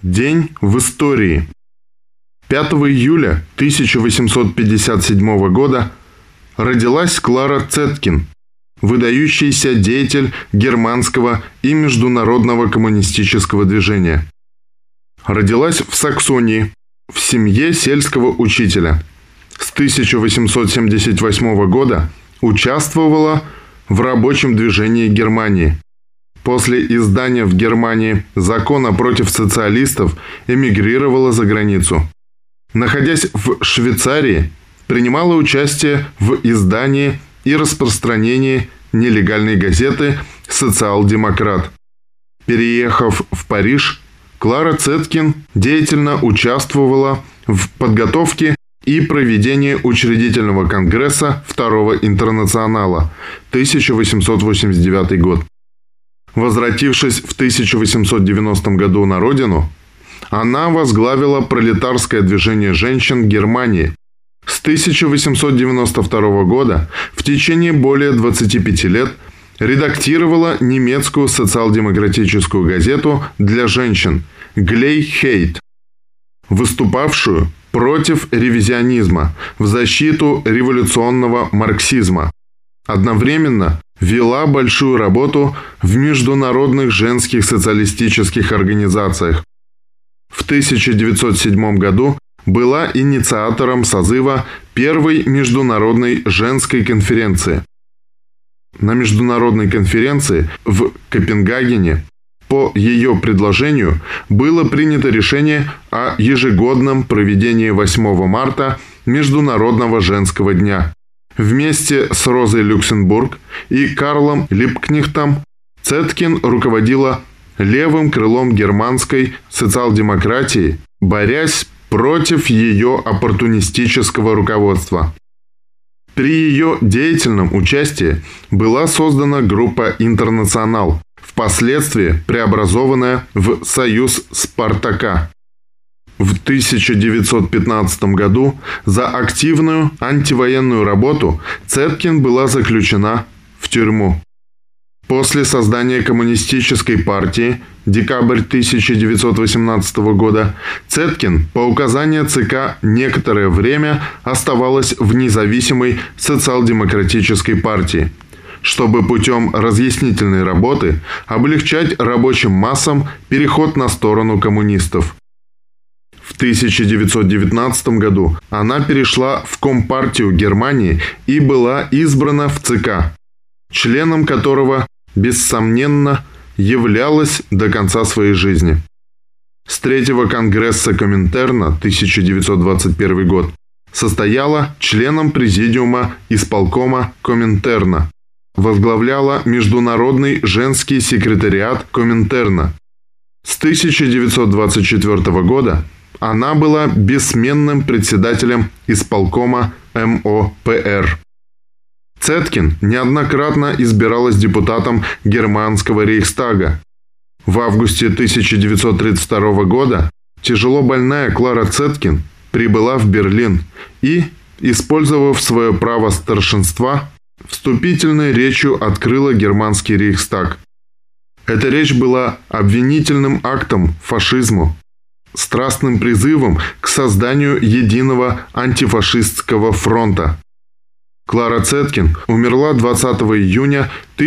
День в истории. 5 июля 1857 года родилась Клара Цеткин, выдающийся деятель германского и международного коммунистического движения. Родилась в Саксонии, в семье сельского учителя. С 1878 года участвовала в рабочем движении Германии. После издания в Германии закона против социалистов эмигрировала за границу. Находясь в Швейцарии, принимала участие в издании и распространении нелегальной газеты «Социал-демократ». Переехав в Париж, Клара Цеткин деятельно участвовала в подготовке и проведении учредительного конгресса Второго интернационала, 1889 год. Возвратившись в 1890 году на родину, она возглавила пролетарское движение женщин Германии. С 1892 года в течение более 25 лет редактировала немецкую социал-демократическую газету для женщин «Глейхheit», выступавшую против ревизионизма, в защиту революционного марксизма. Одновременно вела большую работу в международных женских социалистических организациях. В 1907 году была инициатором созыва Первой международной женской конференции. На международной конференции в Копенгагене по ее предложению было принято решение о ежегодном проведении 8 марта Международного женского дня. Вместе с Розой Люксембург и Карлом Липкнехтом Цеткин руководила левым крылом германской социал-демократии, борясь против ее оппортунистического руководства. При ее деятельном участии была создана группа «Интернационал», впоследствии преобразованная в Союз Спартака. В 1915 году за активную антивоенную работу Цеткин была заключена в тюрьму. После создания коммунистической партии, декабрь 1918 года, Цеткин по указанию ЦК некоторое время оставалась в независимой социал-демократической партии, чтобы путем разъяснительной работы облегчать рабочим массам переход на сторону коммунистов. В 1919 году она перешла в Компартию Германии и была избрана в ЦК, членом которого, бессомненно, являлась до конца своей жизни. С Третьего конгресса Коминтерна 1921 год состояла членом президиума исполкома Коминтерна, возглавляла Международный женский секретариат Коминтерна. С 1924 года она была бессменным председателем исполкома МОПР. Цеткин неоднократно избиралась депутатом германского Рейхстага. В августе 1932 года тяжело больная Клара Цеткин прибыла в Берлин и, использовав свое право старшинства, вступительной речью открыла германский Рейхстаг. Эта речь была обвинительным актом фашизму, страстным призывом к созданию единого антифашистского фронта. Клара Цеткин умерла 20 июня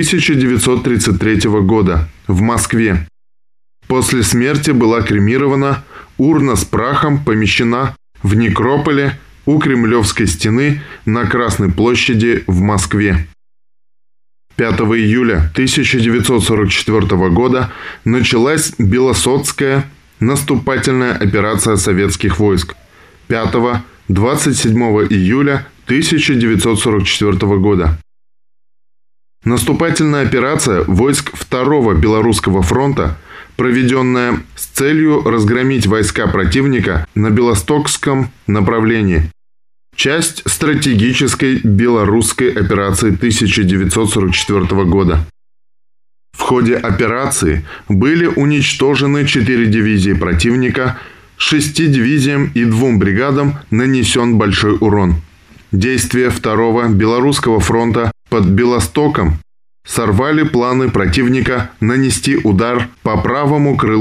1933 года в Москве. После смерти была кремирована, урна с прахом помещена в некрополе у Кремлевской стены на Красной площади в Москве. 5 июля 1944 года началась Белосотская наступательная операция советских войск. 5-27 июля 1944 года. Наступательная операция войск Второго Белорусского фронта, проведенная с целью разгромить войска противника на Белостокском направлении. Часть стратегической белорусской операции 1944 года. В ходе операции были уничтожены 4 дивизии противника, 6 дивизиям и 2 бригадам нанесен большой урон. Действия Второго Белорусского фронта под Белостоком сорвали планы противника нанести удар по правому крылу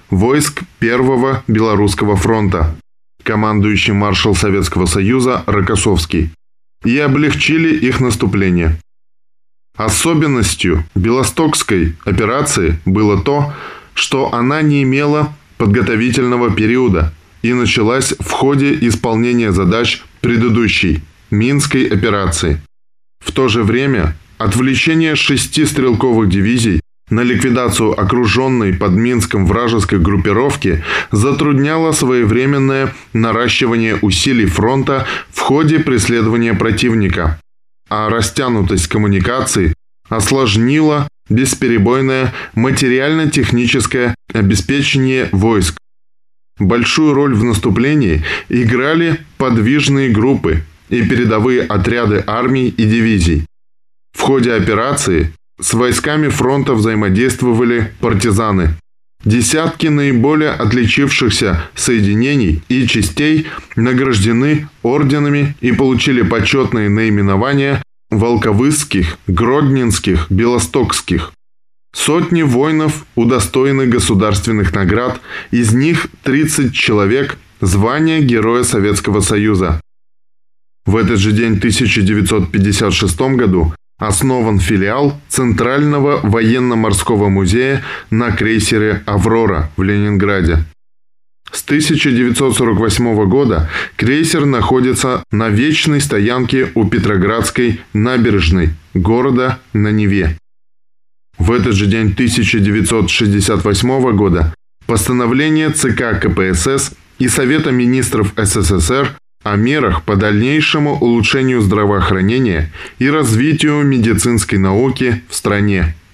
войск Первого Белорусского фронта, командующий маршал Советского Союза Рокоссовский, и облегчили их наступление. Особенностью Белостокской операции было то, что она не имела подготовительного периода и началась в ходе исполнения задач предыдущей Минской операции. В то же время отвлечение 6 стрелковых дивизий на ликвидацию окруженной под Минском вражеской группировки затрудняло своевременное наращивание усилий фронта в ходе преследования противника, а растянутость коммуникаций осложнила бесперебойное материально-техническое обеспечение войск. Большую роль в наступлении играли подвижные группы и передовые отряды армий и дивизий. В ходе операции с войсками фронта взаимодействовали партизаны. Десятки наиболее отличившихся соединений и частей награждены орденами и получили почетные наименования волковысских, гродненских, белостокских. Сотни воинов удостоены государственных наград, из них 30 человек – звания Героя Советского Союза. В этот же день, в 1956 году, основан филиал Центрального военно-морского музея на крейсере «Аврора» в Ленинграде. С 1948 года крейсер находится на вечной стоянке у Петроградской набережной города на Неве. В этот же день 1968 года постановление ЦК КПСС и Совета министров СССР о мерах по дальнейшему улучшению здравоохранения и развитию медицинской науки в стране.